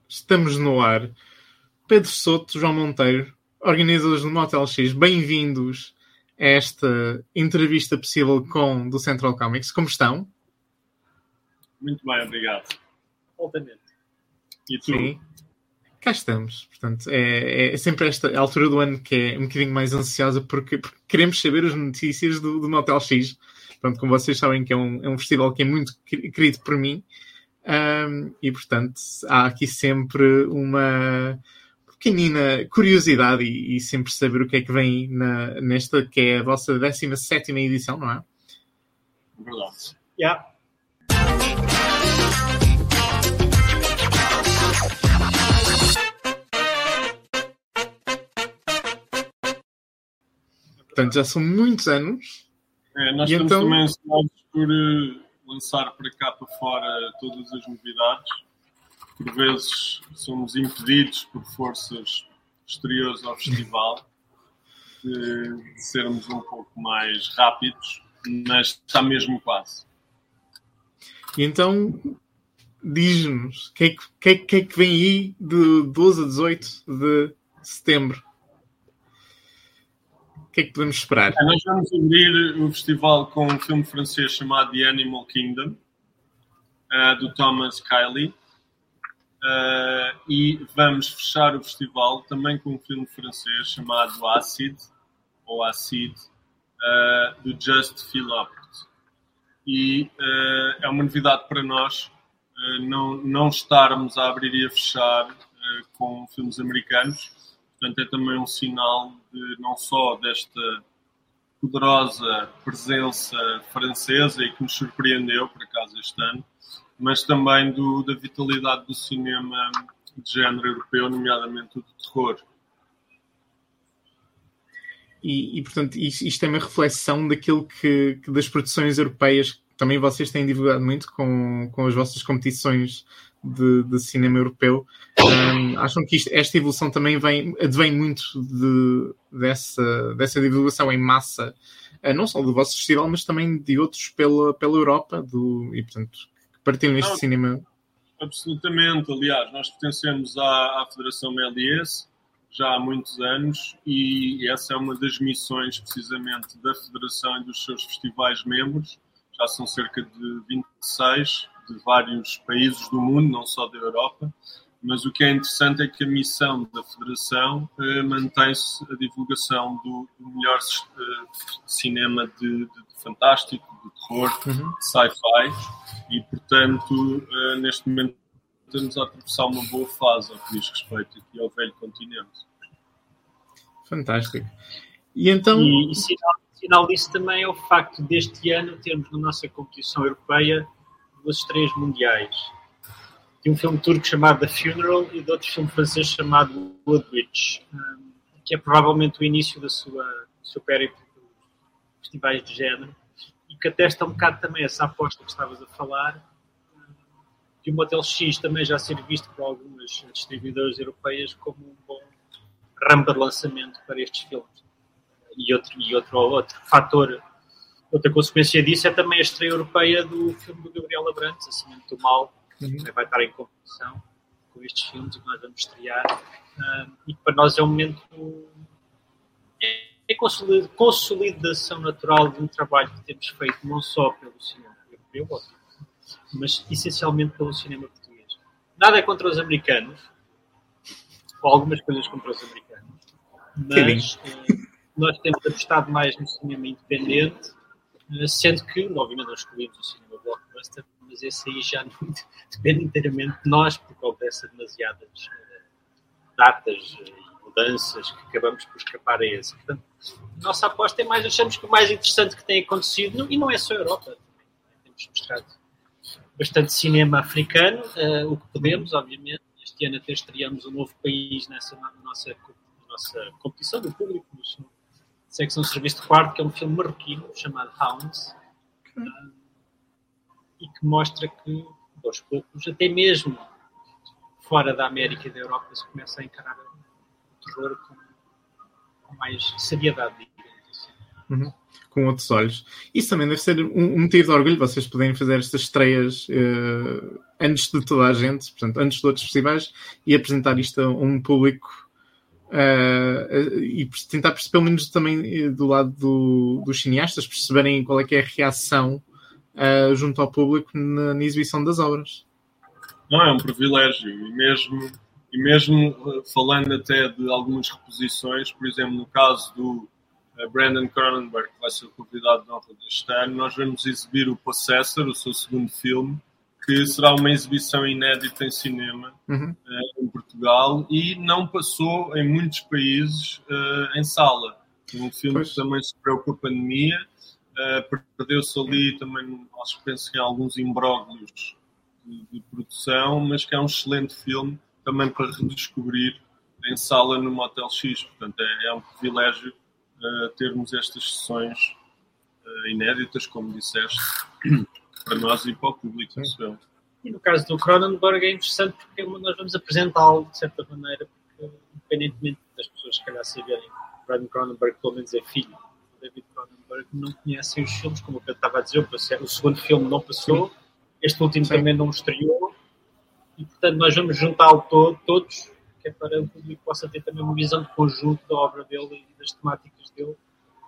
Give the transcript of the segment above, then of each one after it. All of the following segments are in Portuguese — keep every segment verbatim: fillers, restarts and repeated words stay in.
estamos no ar. Pedro Souto, João Monteiro, organizadores do Motel X, bem-vindos a esta entrevista possível com do Central Comics. Como estão? Muito bem, obrigado. Altamente. E tu? Sim. Cá estamos. Portanto, é, é sempre esta altura do ano que é um bocadinho mais ansiosa porque, porque queremos saber as notícias do, do Motel X. Portanto, como vocês sabem que é um, é um festival que é muito querido por mim. Um, e, portanto, há aqui sempre uma pequenina curiosidade e, e sempre saber o que é que vem na, nesta, que é a vossa décima sétima edição, não é? Verdade. Yeah. Portanto, já são muitos anos. É, nós e estamos então... também ansiosos por uh, lançar para cá para fora todas as novidades. Por vezes somos impedidos por forças exteriores ao festival de, de sermos um pouco mais rápidos, mas está mesmo quase. E então, diz-nos, o que, é que, que, é, que é que vem aí de doze a dezoito de setembro? O que é que podemos esperar? É, nós vamos abrir o festival com um filme francês chamado The Animal Kingdom, uh, do Thomas Kiley. Uh, e vamos fechar o festival também com um filme francês chamado Acid, ou Acid, uh, do Just Philopte. E uh, é uma novidade para nós uh, não, não estarmos a abrir e a fechar uh, com filmes americanos. Portanto, é também um sinal de, não só desta poderosa presença francesa e que nos surpreendeu, por acaso, este ano, mas também do, da vitalidade do cinema de género europeu, nomeadamente o de terror. E, e portanto, isto, isto é uma reflexão daquilo que, que das produções europeias que também vocês têm divulgado muito com, com as vossas competições de, de cinema europeu. Um, acham que isto, esta evolução também vem, advém muito de, dessa, dessa divulgação em massa, uh, não só do vosso festival, mas também de outros pela, pela Europa, do, e portanto, que partilham este Não, cinema? Absolutamente. Aliás, nós pertencemos à, à Federação Méliès já há muitos anos e essa é uma das missões, precisamente, da Federação e dos seus festivais membros. Já são cerca de vinte e seis de vários países do mundo, não só da Europa. Mas o que é interessante é que a missão da Federação eh, mantém-se a divulgação do, do melhor eh, cinema de, de, de fantástico, de terror, uhum. de sci-fi. E, portanto, eh, neste momento estamos a atravessar uma boa fase ao que diz respeito aqui ao velho continente. Fantástico. E então... E, e sinal, sinal disso também é o facto deste ano termos na nossa competição europeia duas estreias mundiais. De um filme turco chamado The Funeral e de outro filme francês chamado Blood Witch, que é provavelmente o início da sua, do seu périplo de festivais de género e que atesta um bocado também essa aposta que estavas a falar, que o Motel X também já ser visto por algumas distribuidoras europeias como um bom rampa de lançamento para estes filmes. E outro, e outro, outro fator, outra consequência disso é também a estreia europeia do filme do Gabriel Abrantes, Assim Muito Mal, que uhum. vai estar em competição com estes filmes que nós vamos estrear. Um, e que para nós é um momento... É consolidação natural de um trabalho que temos feito não só pelo cinema europeu, mas essencialmente pelo cinema português. Nada é contra os americanos, ou algumas coisas contra os americanos, mas eh, nós temos apostado mais no cinema independente, eh, sendo que, obviamente, nós escolhemos o cinema blockbuster, mas esse aí já não depende inteiramente de nós, porque houvesse demasiadas eh, datas e mudanças que acabamos por escapar a esse. Portanto, a nossa aposta é mais, achamos que o mais interessante que tem acontecido, e não é só a Europa, também temos mostrado bastante cinema africano, uh, o que podemos, obviamente. Este ano até estreamos um novo país nessa na nossa, na nossa competição do público, no secção Serviço de Quarto, que é um filme marroquino chamado Hounds, uh, e que mostra que, aos poucos, até mesmo fora da América e da Europa, se começa a encarar o terror com, com mais seriedade, digamos assim. Uhum. com outros olhos. Isso também deve ser um, um motivo de orgulho, vocês poderem fazer estas estreias uh, antes de toda a gente, portanto, antes de outros festivais, e apresentar isto a um público uh, e tentar perceber, pelo menos também do lado do, dos cineastas, perceberem qual é que é a reação uh, junto ao público na, na exibição das obras. Não, é um privilégio, e mesmo, e mesmo uh, falando até de algumas reposições, por exemplo, no caso do uh, Brandon Cronenberg, que vai ser o convidado de honra deste ano, nós vamos exibir o Possessor, o seu segundo filme, que será uma exibição inédita em cinema uhum. uh, em Portugal, e não passou em muitos países uh, em sala. Um filme pois. que também sofreu com a pandemia, uh, perdeu-se ali também, acho que penso em alguns imbróglios De, de produção, mas que é um excelente filme também para redescobrir em sala no Motel X. Portanto, é, é um privilégio uh, termos estas sessões uh, inéditas, como disseste, para nós e para o público. Sim. E no caso do Cronenberg é interessante porque nós vamos apresentá-lo de certa maneira, porque independentemente das pessoas se calhar saberem, Brandon Cronenberg pelo menos é filho do David Cronenberg, não conhecem os filmes, como eu estava a dizer, o segundo filme não passou. Este último Sim. também não estreou e, portanto, nós vamos juntá-lo todo, todos, que é para o público possa ter também uma visão de conjunto da obra dele e das temáticas dele,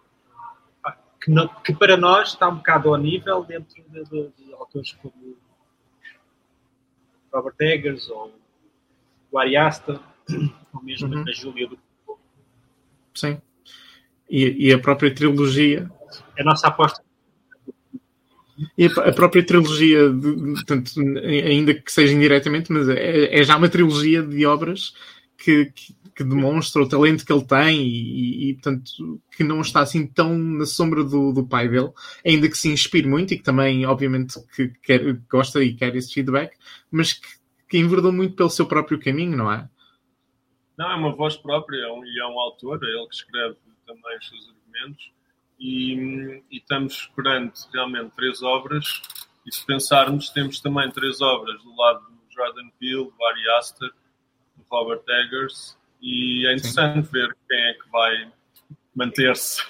que, não, que para nós está um bocado ao nível dentro de, de, de autores como Robert Eggers ou o Ari Aster, ou mesmo uhum. a Júlia do Povo. Sim. E, e a própria trilogia. É a nossa aposta. E a própria trilogia, de, tanto, ainda que seja indiretamente, mas é, é já uma trilogia de obras que, que, que demonstra o talento que ele tem e, e, portanto, que não está assim tão na sombra do, do pai dele, ainda que se inspire muito e que também, obviamente, que quer, gosta e quer esse feedback, mas que, que enverdou muito pelo seu próprio caminho, não é? Não, é uma voz própria é um, e é um autor, é ele que escreve também os seus argumentos. E, e estamos perante realmente três obras, e se pensarmos, temos também três obras do lado do Jordan Peele, do Ari Aster, do Robert Eggers, e é interessante Sim. ver quem é que vai manter-se.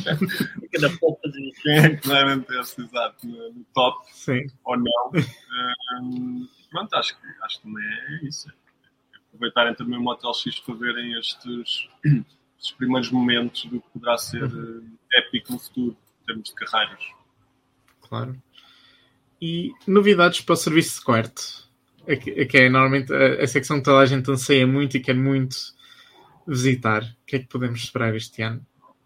Quem é que vai manter-se, exato, no, no top Sim. ou não. Um, pronto, acho que, acho que também é isso. É aproveitarem também o Motel X para verem estes... os primeiros momentos do que poderá ser uh, épico no futuro, em termos de carreiras. Claro. E novidades para o serviço de quarto? Que, que é normalmente a, a secção que toda a gente anseia muito e quer muito visitar. O que é que podemos esperar este ano?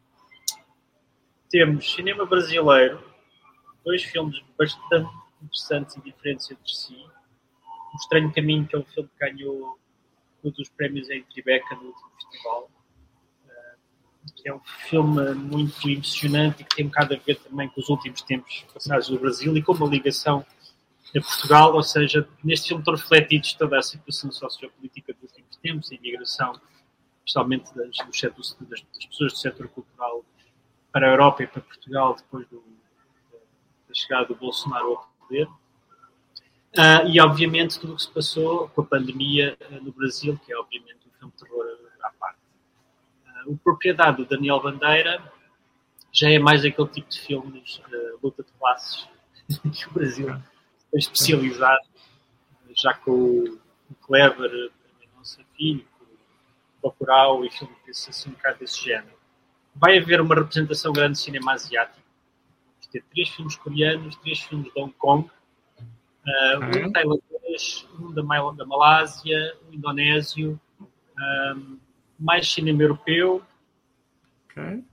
Temos cinema brasileiro, dois filmes bastante interessantes e diferentes entre si. O Estranho Caminho, que é um filme que ganhou todos os prémios em Tribeca no último festival, que é um filme muito emocionante e que tem um bocado a ver também com os últimos tempos passados no Brasil e com uma ligação a Portugal, ou seja, neste filme estão refletidos toda a situação sociopolítica dos últimos tempos, a imigração, especialmente das, das, das pessoas do setor cultural para a Europa e para Portugal depois do, da chegada do Bolsonaro ao poder. Uh, e, obviamente, tudo o que se passou com a pandemia uh, no Brasil, que é, obviamente, um filme de terror à parte. O Propriedade do Daniel Bandeira já é mais aquele tipo de filmes de luta de classes que o Brasil é especializado, já com o Clever, o Nosso Filho, o Bacurau e filmes desse, assim, um bocado desse género. Vai haver uma representação grande de cinema asiático. Vamos ter três filmes coreanos, três filmes de Hong Kong, uh, um tailandês, um da, da Malásia, um indonésio, um, mais cinema europeu. Ok.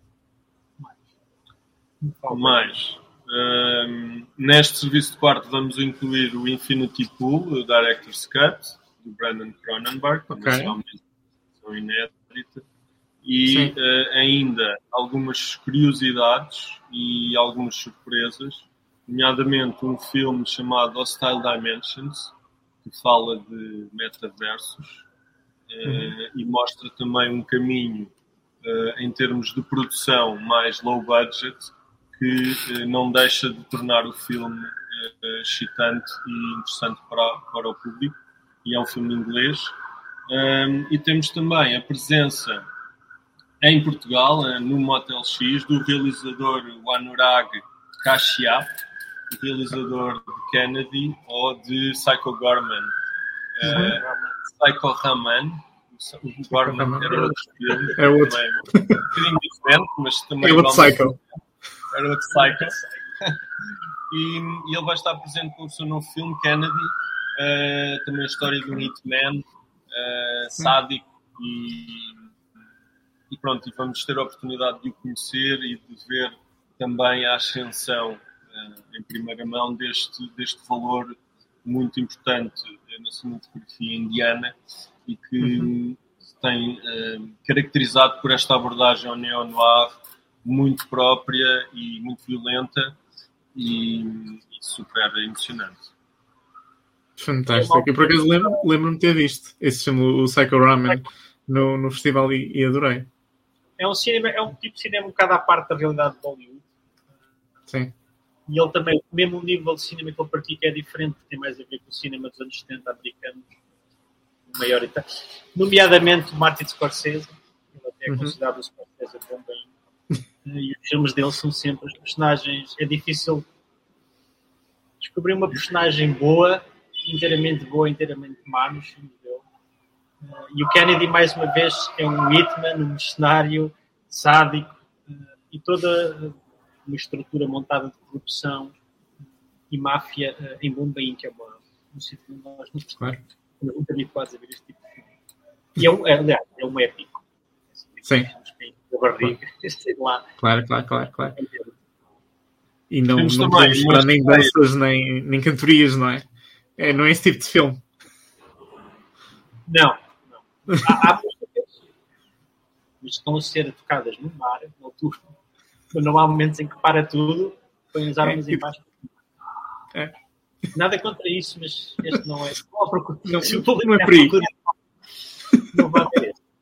Mais. mais. Um, neste serviço de quarto vamos incluir o Infinity Pool, o Director's Cut, do Brandon Cronenberg, okay. que é uma edição inédita. E uh, ainda algumas curiosidades e algumas surpresas, nomeadamente um filme chamado Hostile Dimensions, que fala de metaversos. Uh, e mostra também um caminho uh, em termos de produção mais low budget que uh, não deixa de tornar o filme uh, excitante e interessante para, para o público, e é um filme inglês. Um, e temos também a presença em Portugal, no Motel X, do realizador Anurag Kashyap, realizador de Kennedy ou de Psycho Gorman. Uh, Psycho Raman, o Gorman era outro filme, é outro. Também, um bocadinho diferente, mas também é outro Psycho. Era outro Psycho. e, e ele vai estar presente com o seu novo filme, Kennedy, uh, também a história de um hitman uh, sádico e, e pronto, e vamos ter a oportunidade de o conhecer e de ver também a ascensão uh, em primeira mão deste, deste valor muito importante na cinematografia indiana e que uhum. se tem uh, caracterizado por esta abordagem ao neo-noir muito própria e muito violenta e, e super emocionante. Fantástico. Eu por acaso lembro, lembro-me de ter visto esse filme, o Psycho Raman, no, no festival e, e adorei. É um, cinema, é um tipo de cinema um bocado à parte da realidade de Bollywood. Sim. E ele também, mesmo o nível de cinema que ele pratica é diferente, tem mais a ver com o cinema dos anos setenta americanos, maior e tal. Nomeadamente o Martin Scorsese, ele até é uhum. considerado o Scorsese também. E os filmes dele são sempre as personagens. É difícil descobrir uma personagem boa, inteiramente boa, inteiramente má nos filmes dele. E o Kennedy, mais uma vez, é um hitman, um mercenário sádico e toda uma estrutura montada de corrupção e máfia em Bombay, que é uma, um sítio onde nós não estamos muito habituados a ver este tipo de filme. E é um, é, aliás, é um épico. Sim. Da barriga, sei lá. Claro, claro, claro, claro. E não, Temos não também, podemos esperar nem danças, nem, nem cantorias, não é? é? Não é esse tipo de filme. Não, não. Há, há músicas, mas estão a ser tocadas no mar, na altura. Não há momentos em que para tudo, põe as armas é, em baixo. É. Nada contra isso, mas este não é. Não, há procura, não, se o não é por aí. Não vai ter este.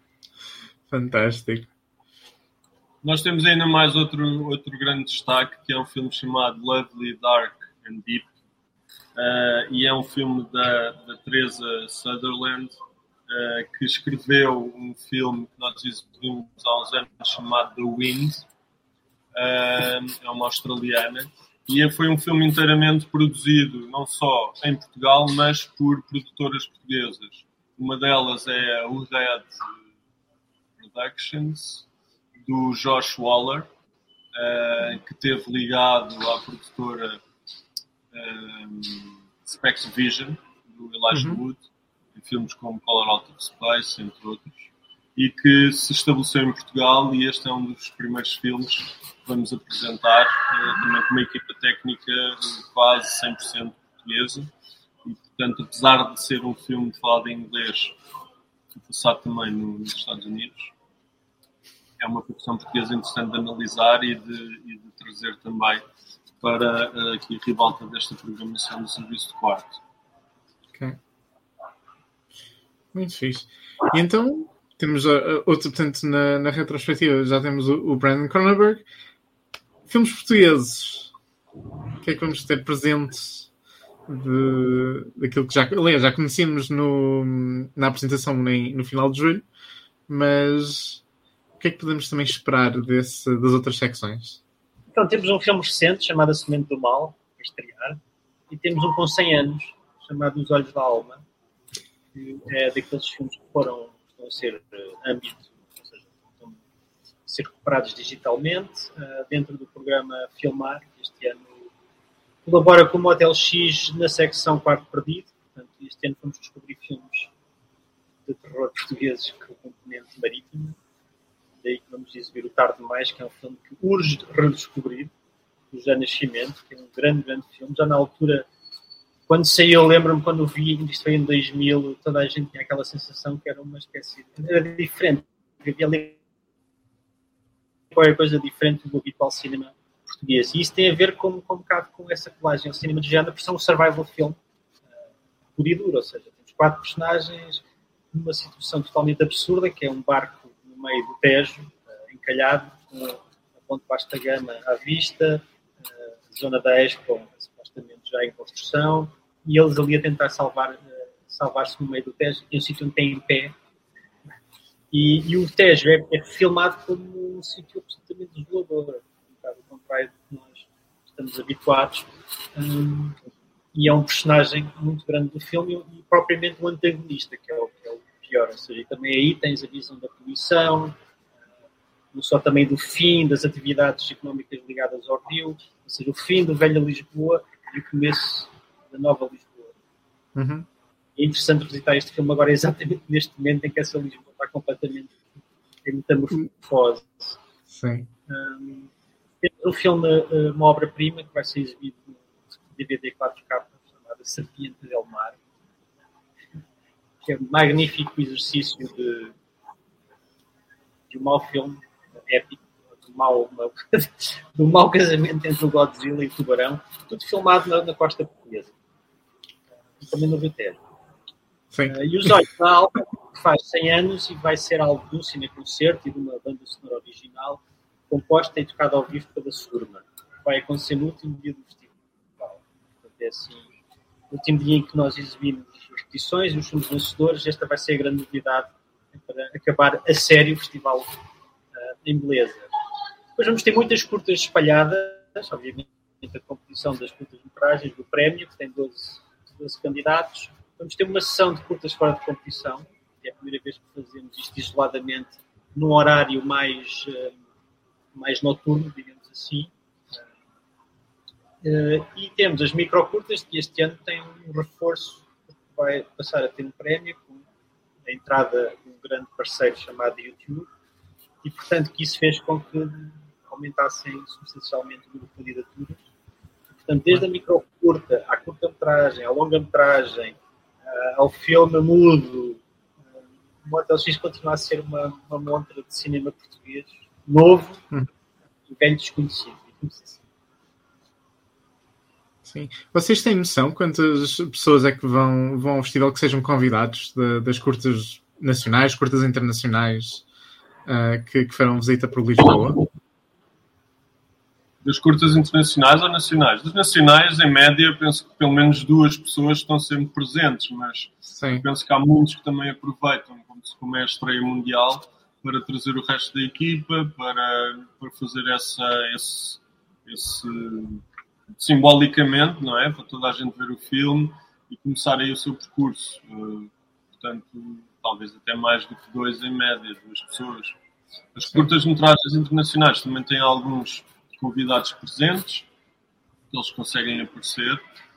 Fantástico. Nós temos ainda mais outro, outro grande destaque, que é um filme chamado Lovely, Dark and Deep. Uh, e é um filme da, da Teresa Sutherland, uh, que escreveu um filme que nós exibimos há uns anos chamado The Wind. Uh, é uma australiana. E foi um filme inteiramente produzido não só em Portugal, mas por produtoras portuguesas. Uma delas é a Red Productions, do Josh Waller, uh, que esteve ligado à produtora um, Specs Vision, do Elijah uhum. Wood, em filmes como Color Out of Space, entre outros, e que se estabeleceu em Portugal, e este é um dos primeiros filmes que vamos apresentar, uh, também com uma equipa técnica quase cem por cento portuguesa, e portanto, apesar de ser um filme falado em inglês, passado também nos Estados Unidos, é uma produção portuguesa interessante de analisar e de, e de trazer também para uh, aqui a ribalta desta programação do Serviço de Quarto. Ok. Muito fixe. E então, temos uh, outro, portanto, na, na retrospectiva, já temos o, o Brandon Cronenberg. Filmes portugueses. O que é que vamos ter presentes de, daquilo que já, aliás, já conhecíamos no, na apresentação nem, no final de julho, mas o que é que podemos também esperar desse, das outras secções? Então, temos um filme recente chamado A Semente do Mal, a estrear, e temos um com cem anos, chamado Os Olhos da Alma, que é daqueles filmes que foram, estão a ser uh, âmbito, ou seja, estão a ser recuperados digitalmente, uh, dentro do programa Filmar, este ano colabora com o Motel X na secção Quarto Perdido. Portanto, este ano vamos descobrir filmes de terror portugueses com componente marítimo. Daí que vamos exibir o Tarde Demais, que é um filme que urge redescobrir, do José Nascimento, que é um grande, grande filme. Já na altura, quando saiu, eu lembro-me quando o vi, isto foi em dois mil, toda a gente tinha aquela sensação que era uma espécie de... Era diferente. Havia ali qualquer coisa diferente do habitual cinema português. E isso tem a ver com, com um bocado com essa colagem ao cinema de género, porque são um survival film uh, puro e duro. Ou seja, temos quatro personagens numa situação totalmente absurda, que é um barco no meio do Tejo, uh, encalhado, com a ponte Vasta Gama à vista, uh, zona da Expo, supostamente já em construção, e eles ali a tentar salvar, uh, salvar-se no meio do Tejo, em um sítio onde tem em pé, E, e o Tejo é, é filmado como um sítio absolutamente desolador, um bocado ao contrário do que nós estamos habituados. Um, e é um personagem muito grande do filme e propriamente um antagonista, que é o, que é o pior. Ou seja, também aí tens a visão da poluição, não só também do fim das atividades económicas ligadas ao rio, ou seja, o fim do velho Lisboa e o começo da nova Lisboa. Uhum. É interessante visitar este filme agora exatamente neste momento em que essa Lisboa está completamente em metamorfose. Sim. Um, temos um filme, uma obra-prima, que vai ser exibido no D V D quatro K, chamada Serpiente del Mar, que é um magnífico exercício de, de um mau filme épico, do mau, do mau casamento entre o Godzilla e o Tubarão, tudo filmado na, na costa portuguesa. E também no Rio Tejo. Uh, e Os Olhos da Alma, que faz cem anos e vai ser algo de um cineconcerto e de uma banda sonora original, composta e tocada ao vivo pela Surma. Vai acontecer no último dia do festival. Portanto, é assim, no último dia em que nós exibimos as repetições e os filmes vencedores, esta vai ser a grande novidade para acabar a sério o festival uh, em beleza. Depois vamos ter muitas curtas espalhadas, obviamente a competição das curtas-metragens do prémio, que tem doze, doze candidatos. Vamos ter uma sessão de curtas fora de competição, que é a primeira vez que fazemos isto isoladamente, num horário mais, uh, mais noturno, digamos assim. Uh, e temos as microcurtas, que este ano tem um reforço, que vai passar a ter um prémio, com a entrada de um grande parceiro chamado YouTube, e portanto que isso fez com que aumentassem substancialmente o número de candidaturas. E, portanto, desde a microcurta, à curta-metragem, à longa-metragem, ao filme mudo, o Motel X continua a ser uma, uma montra de cinema português novo hum. e bem desconhecido. Sim. Vocês têm noção quantas pessoas é que vão, vão ao festival que sejam convidados de, das curtas nacionais, curtas internacionais uh, que, que farão visita por Lisboa? Das curtas internacionais ou nacionais? Das nacionais, em média, penso que pelo menos duas pessoas estão sempre presentes, mas Sim. penso que há muitos que também aproveitam, como, como é a estreia mundial, para trazer o resto da equipa, para, para fazer essa, esse, esse simbolicamente, não é? Para toda a gente ver o filme e começar aí o seu percurso. Uh, portanto, talvez até mais do que dois em média, duas pessoas. As curtas-metragens internacionais também têm alguns convidados presentes, eles conseguem aparecer,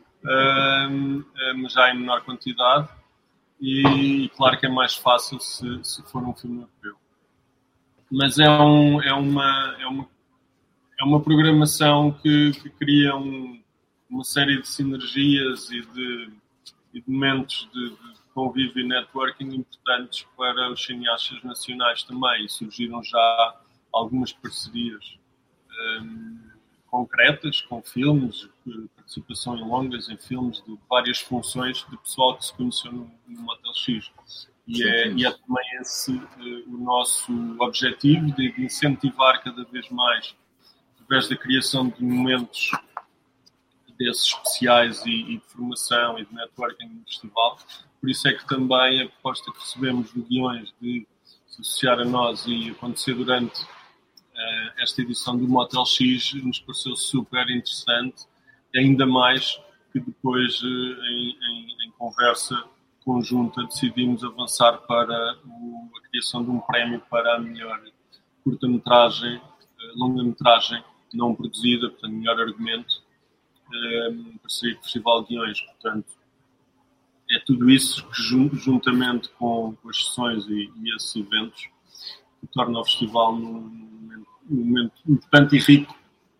uh, mas já em menor quantidade, e, e claro que é mais fácil se, se for um filme europeu. Mas é, um, é, uma, é, uma, é uma programação que, que cria um, uma série de sinergias e de, e de momentos de, de convívio e networking importantes para os cineastas nacionais também, e surgiram já algumas parcerias Um, concretas, com filmes, participação em longas, em filmes de várias funções de pessoal que se conheceu no, no Motel X. E, sim, é, sim. e é também esse uh, o nosso objetivo de incentivar cada vez mais, através da criação de momentos desses especiais e, e de formação e de networking no festival. Por isso é que também a proposta que recebemos de guiões de se associar a nós e acontecer durante Uh, esta edição do Motel X nos pareceu super interessante, ainda mais que depois, uh, em, em, em conversa conjunta, decidimos avançar para o, a criação de um prémio para a melhor curta-metragem, uh, longa-metragem não produzida, portanto, melhor argumento, uh, parceria com o Festival de Guiões. Portanto, é tudo isso que, juntamente com, com as sessões e, e esses eventos, que torna o festival num um momento importante e rico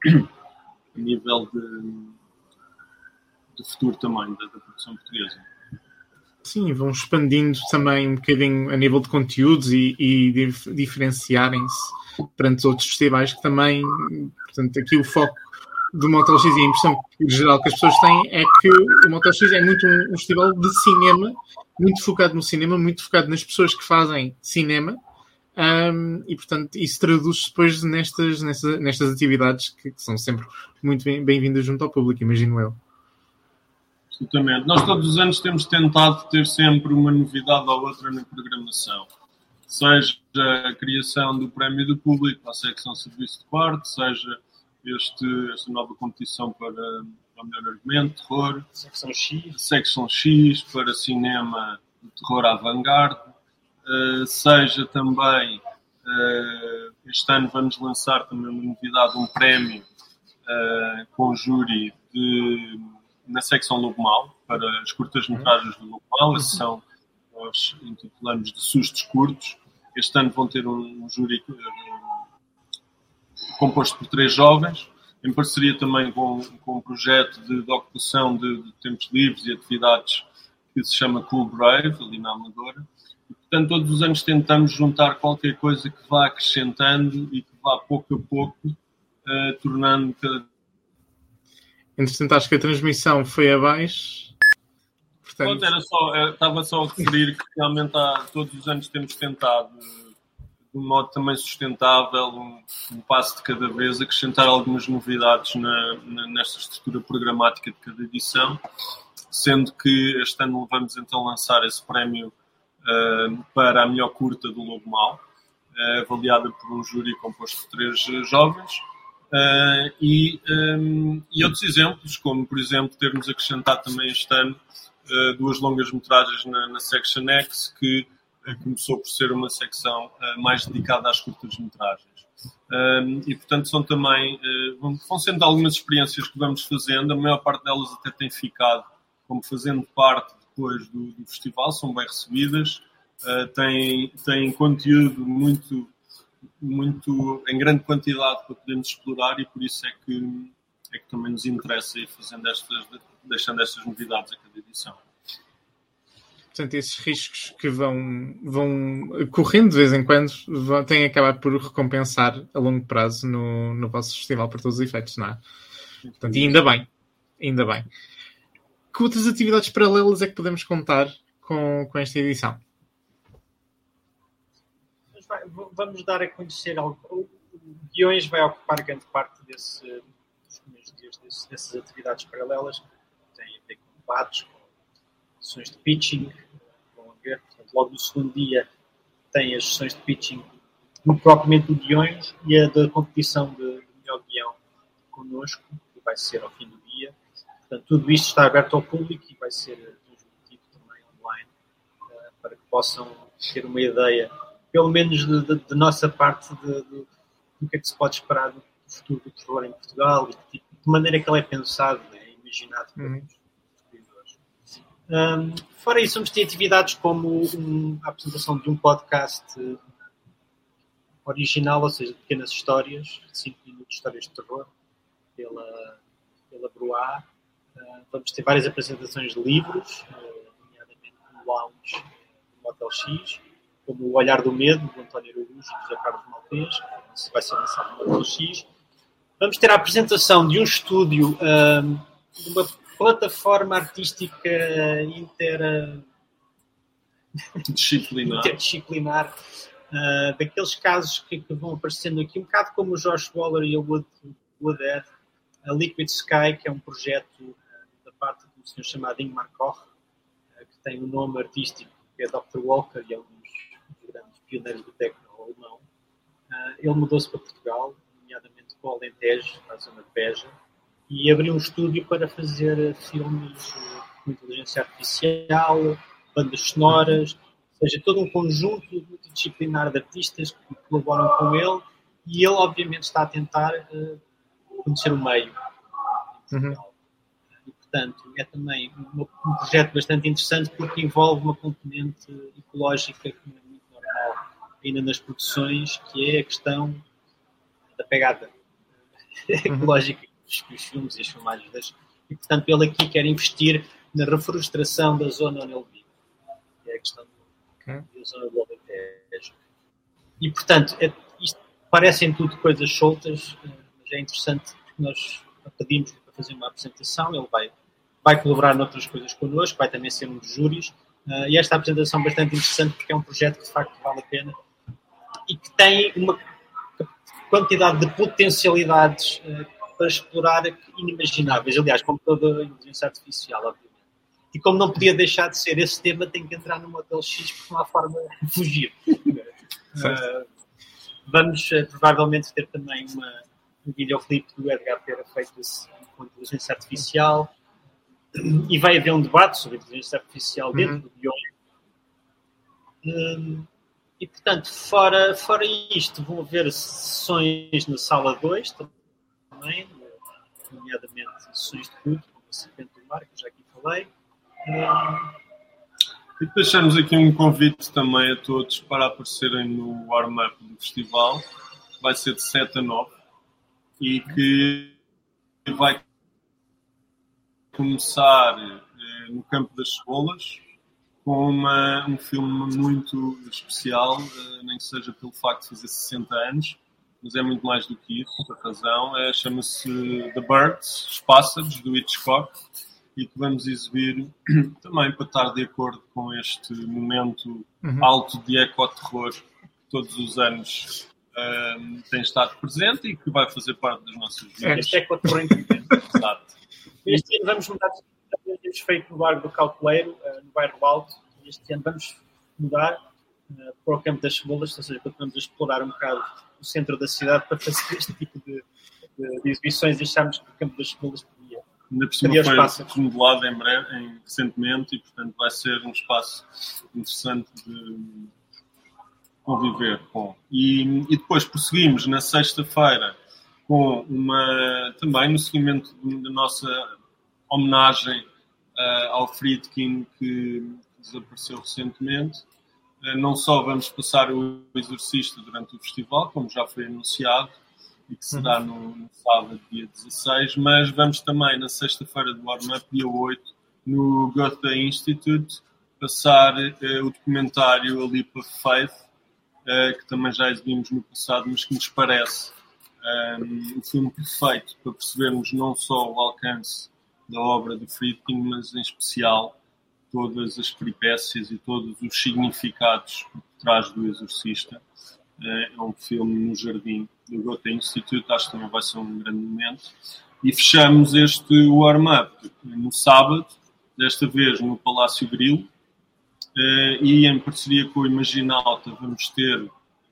a nível de, de futuro também da, da produção portuguesa. Sim, vão expandindo também um bocadinho a nível de conteúdos e, e dif- diferenciarem-se perante outros festivais que também, portanto, aqui o foco do Motel X e a impressão geral que as pessoas têm é que o Motel X é muito um, um festival de cinema, muito focado no cinema, muito focado nas pessoas que fazem cinema. Um, e portanto isso traduz depois nestas, nestas, nestas atividades que, que são sempre muito bem, bem-vindas junto ao público, imagino eu. Absolutamente. Nós todos os anos temos tentado ter sempre uma novidade ou outra na programação. seja a criação do Prémio do Público, a secção Serviço de Quarto, seja este, esta nova competição para, para o melhor argumento, terror, secção X, secção X para cinema, terror avant-garde, uh, seja também, uh, este ano vamos lançar também uma novidade, um prémio uh, com júri de, na secção Lobo Mau, para as curtas-metragens do Lobo Mau, a sessão nós intitulamos de sustos curtos. Este ano vão ter um, um júri uh, composto por três jovens, em parceria também com, com um projeto de, de ocupação de, de tempos livres e atividades que se chama Cool Brave, ali na Amadora. E, portanto, todos os anos tentamos juntar qualquer coisa que vá acrescentando e que vá pouco a pouco uh, tornando cada... Entretanto, acho que a transmissão foi abaixo. Portanto... Era só, estava só a referir que realmente há, todos os anos temos tentado, de um modo também sustentável, um, um passo de cada vez, acrescentar algumas novidades na, na, nesta estrutura programática de cada edição, sendo que este ano vamos então lançar esse prémio uh, para a melhor curta do Lobo Mau, uh, avaliada por um júri composto de três uh, jovens. Uh, e, um, e outros exemplos, como por exemplo termos acrescentado também este ano uh, duas longas-metragens na, na Section X, que uh, começou por ser uma secção uh, mais dedicada às curtas-metragens. Um, e portanto são também, uh, vão, vão sendo algumas experiências que vamos fazendo, a maior parte delas até tem ficado como fazendo parte depois do, do festival, são bem recebidas, uh, têm, têm conteúdo muito... muito em grande quantidade para podermos explorar, e por isso é que, é que também nos interessa ir fazendo estas, deixando estas novidades a cada edição. Portanto, esses riscos que vão, vão correndo de vez em quando vão, têm acabado por recompensar a longo prazo no, no vosso festival para todos os efeitos, não é? Portanto, e ainda bem, ainda bem. Que outras atividades paralelas é que podemos contar com, com esta edição? Vamos dar a conhecer algo. O Guiões vai ocupar grande parte desse, dos primeiros dias desse, dessas atividades paralelas. Tem a ver com debates, com sessões de pitching. Vão haver. Portanto, logo no segundo dia tem as sessões de pitching no propriamente do Guiões e a da competição de, de melhor guião connosco, que vai ser ao fim do dia. Portanto, tudo isto está aberto ao público e vai ser transmitido também online uh, para que possam ter uma ideia, pelo menos de, de, de nossa parte, de, de, do que é que se pode esperar do futuro do terror em Portugal e de, de maneira que ele é pensado, é imaginado pelos escritores. Um, fora isso, vamos ter atividades como um, a apresentação de um podcast original, ou seja, de pequenas histórias, cinco minutos de histórias de terror, pela, pela Bruá. Uh, vamos ter várias apresentações de livros, uh, nomeadamente no Lounge do Motel X, como O Olhar do Medo, do António Araújo e do José Carlos Maltês, que vai ser lançado no Motel X. Vamos ter a apresentação de um estúdio, uh, de uma plataforma artística inter... Disciplinar. interdisciplinar, uh, daqueles casos que, que vão aparecendo aqui, um bocado como o Josh Waller e o Wood, Woodhead, a Liquid Sky, que é um projeto uh, da parte de um senhor chamado Ingmar Koch, uh, que tem um nome artístico, que é doutor Walker, e é um dos grandes pioneiros do techno alemão. Uh, ele mudou-se para Portugal, nomeadamente para o Alentejo, na zona de Beja, e abriu um estúdio para fazer filmes uh, com inteligência artificial, bandas sonoras, ou seja, todo um conjunto multidisciplinar de artistas que colaboram com ele, e ele obviamente está a tentar uh, conhecer o meio em Portugal. Uhum. E, portanto, é também um, um projeto bastante interessante porque envolve uma componente ecológica que não é muito normal ainda nas produções, que é a questão da pegada uhum. ecológica que os filmes e as filmagens deixam. E, portanto, ele aqui quer investir na reflorestação da zona onde ele vive. Que é a questão okay. da zona do Alentejo. E, portanto, é, isto parecem tudo coisas soltas, mas é interessante porque nós pedimos para fazer uma apresentação, ele vai, vai colaborar noutras coisas connosco, vai também ser um dos júris, uh, e esta apresentação é bastante interessante porque é um projeto que de facto vale a pena e que tem uma quantidade de potencialidades uh, para explorar inimagináveis, aliás, como toda a inteligência artificial, obviamente. E como não podia deixar de ser esse tema, tem que entrar no Motel X porque não há forma de fugir. Uh, vamos uh, provavelmente ter também uma, um videoclipe do Edgar Pera feito com inteligência artificial, e vai haver um debate sobre a inteligência artificial uhum. dentro do guion. Um, e portanto, fora, fora isto, vão haver sessões na sala dois também, nomeadamente sessões de culto, como a Serpente do Mar, que eu já aqui falei. Um, E deixamos aqui um convite também a todos para aparecerem no warm-up do festival. Vai ser de sete a nove e que vai começar eh, no Campo das Cebolas com uma, um filme muito especial, eh, nem que seja pelo facto de fazer sessenta anos, mas é muito mais do que isso, por razão. É, chama-se The Birds, Os Pássaros, do Hitchcock, e que vamos exibir também para estar de acordo com este momento uhum. alto de ecoterror que todos os anos um, tem estado presente e que vai fazer parte das nossas vidas. Este ecoterror é importante. Exato. Este ano vamos mudar, temos feito no Largo do Calculeiro, uh, no bairro Alto, e este ano vamos mudar uh, para o Campo das Cebolas, ou seja, continuamos a explorar um bocado o centro da cidade para fazer este tipo de, de, de exibições, e achámos que o Campo das Cebolas podia. Ainda por cima foi remodelado em breve, em, recentemente, e portanto vai ser um espaço interessante de conviver com. E, e depois prosseguimos na sexta-feira com uma, também no seguimento da nossa homenagem uh, ao Friedkin, que desapareceu recentemente. Uh, não só vamos passar o Exorcista durante o festival, como já foi anunciado, e que será no, no sábado, dia dezasseis, mas vamos também, na sexta-feira do warm-up, dia oito, no Goethe Institute, passar uh, o documentário A Leap of Faith, uh, que também já exibimos no passado, mas que nos parece um, um filme perfeito para percebermos não só o alcance da obra de Friedkin, mas em especial todas as peripécias e todos os significados por trás do Exorcista. É um filme no jardim do Goethe Institute, acho que também vai ser um grande momento. E fechamos este warm-up no sábado, desta vez no Palácio Grilo, e em parceria com o Imaginalta vamos ter,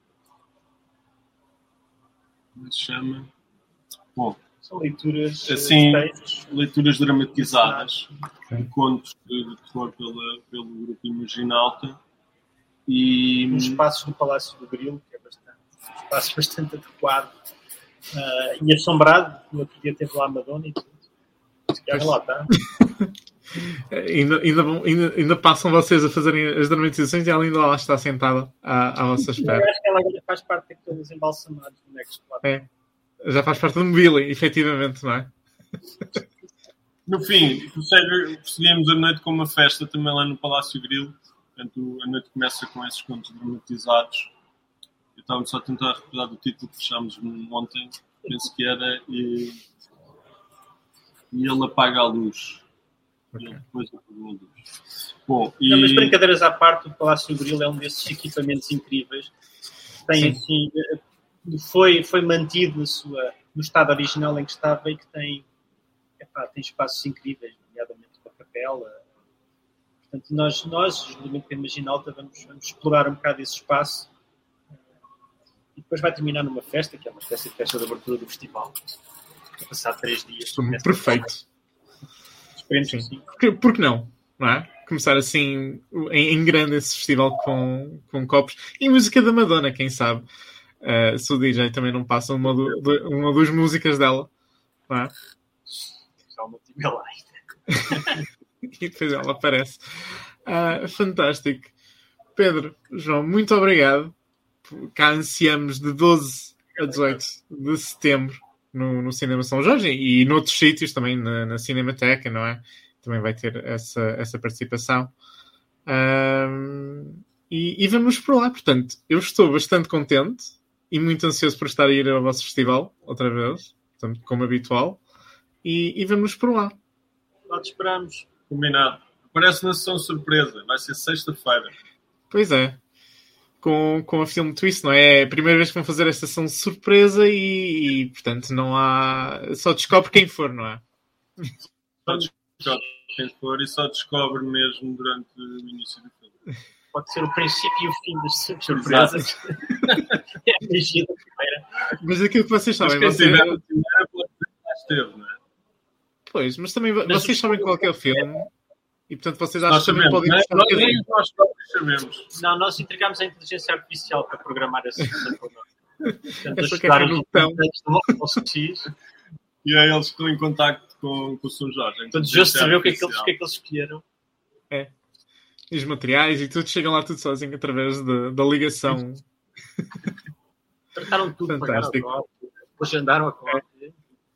como se chama? Bom, são leituras, assim, leituras dramatizadas, okay. Contos de, de terror pela, pelo grupo Imaginalta. E nos espaços do Palácio do Grilo, que é bastante, um espaço bastante adequado uh, e assombrado. No outro dia teve lá a Madonna e tudo. Se quer lá, tá? ainda, ainda, ainda, ainda passam vocês a fazerem as dramatizações e ela ainda lá está sentada à, à vossa espera. Eu acho que ela agora faz parte daqueles embalsamados do Next Plot. É, já faz parte do mobília, efetivamente, não é? No fim, prosseguimos a noite com uma festa também lá no Palácio Grilo. Portanto, a noite começa com esses contos dramatizados. Eu estava só a tentar recordar do título que fechámos ontem, penso que era e, e ele apaga a luz. Okay. E ele depois apagou a luz. Bom, e... Não, mas brincadeiras à parte, o Palácio Grilo é um desses equipamentos incríveis. Tem, assim, foi, foi mantido na sua, no estado original em que estava e que tem, epá, tem espaços incríveis, nomeadamente uma capela. Portanto, nós, nós justamente com a Imaginalta, vamos, vamos explorar um bocado esse espaço e depois vai terminar numa festa, que é uma espécie de festa de abertura do festival. Vai passar três dias. Perfeito. Esperemos que sim. Por, por que não? Não é? Começar assim em, em grande esse festival com, com copos. E música da Madonna, quem sabe? Uh, se o D J também não passa uma, do, uma ou duas músicas dela. Não é? Já uma tive lá ainda. E depois ela aparece. Ah, fantástico. Pedro, João, muito obrigado. Cá ansiamos de doze a dezoito de setembro no, no Cinema São Jorge e noutros sítios também, na, na Cinemateca, não é? Também vai ter essa, essa participação. Um, e, e vamos por lá. Portanto, eu estou bastante contente e muito ansioso por estar a ir ao vosso festival outra vez, portanto, como habitual. E, e vamos por lá. Lá te esperamos. Combinado. Aparece na sessão surpresa. Vai ser sexta-feira. Pois é. Com, com a Film Twist, não é? É a primeira vez que vão fazer esta sessão surpresa e, e, portanto, não há... Só descobre quem for, não é? Só descobre quem for e só descobre mesmo durante o início do filme. pode ser o princípio e o fim das surpresas. É a magia da primeira. Mas aquilo que vocês sabem, Mas quem você... tiver a primeira pode ser que lá esteve, não é? Pois, mas também Mas vocês o- sabem qual é que é o filme e portanto vocês Nós acham que também sabemos, podem não é? gostar um Nós nem bocadinho. nós próprios sabemos. Não, nós entregamos a inteligência artificial para programar esse sistema por nós. Portanto, É só a carregar estudar no os botão. representantes do vosso X. E aí eles estão em contacto com, com o São Jorge. Portanto, já se saber o que é que eles, o que é que eles escolheram. E os materiais e tudo chegam lá tudo sozinho através da, da ligação. Trataram tudo, pagaram a Fantástico. cópia, depois andaram a cópia.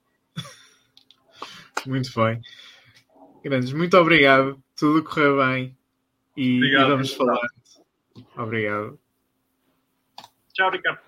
Muito bem. Grandes, muito obrigado. Tudo correu bem. E, Obrigado, e vamos Ricardo. falar. Obrigado. Tchau, Ricardo.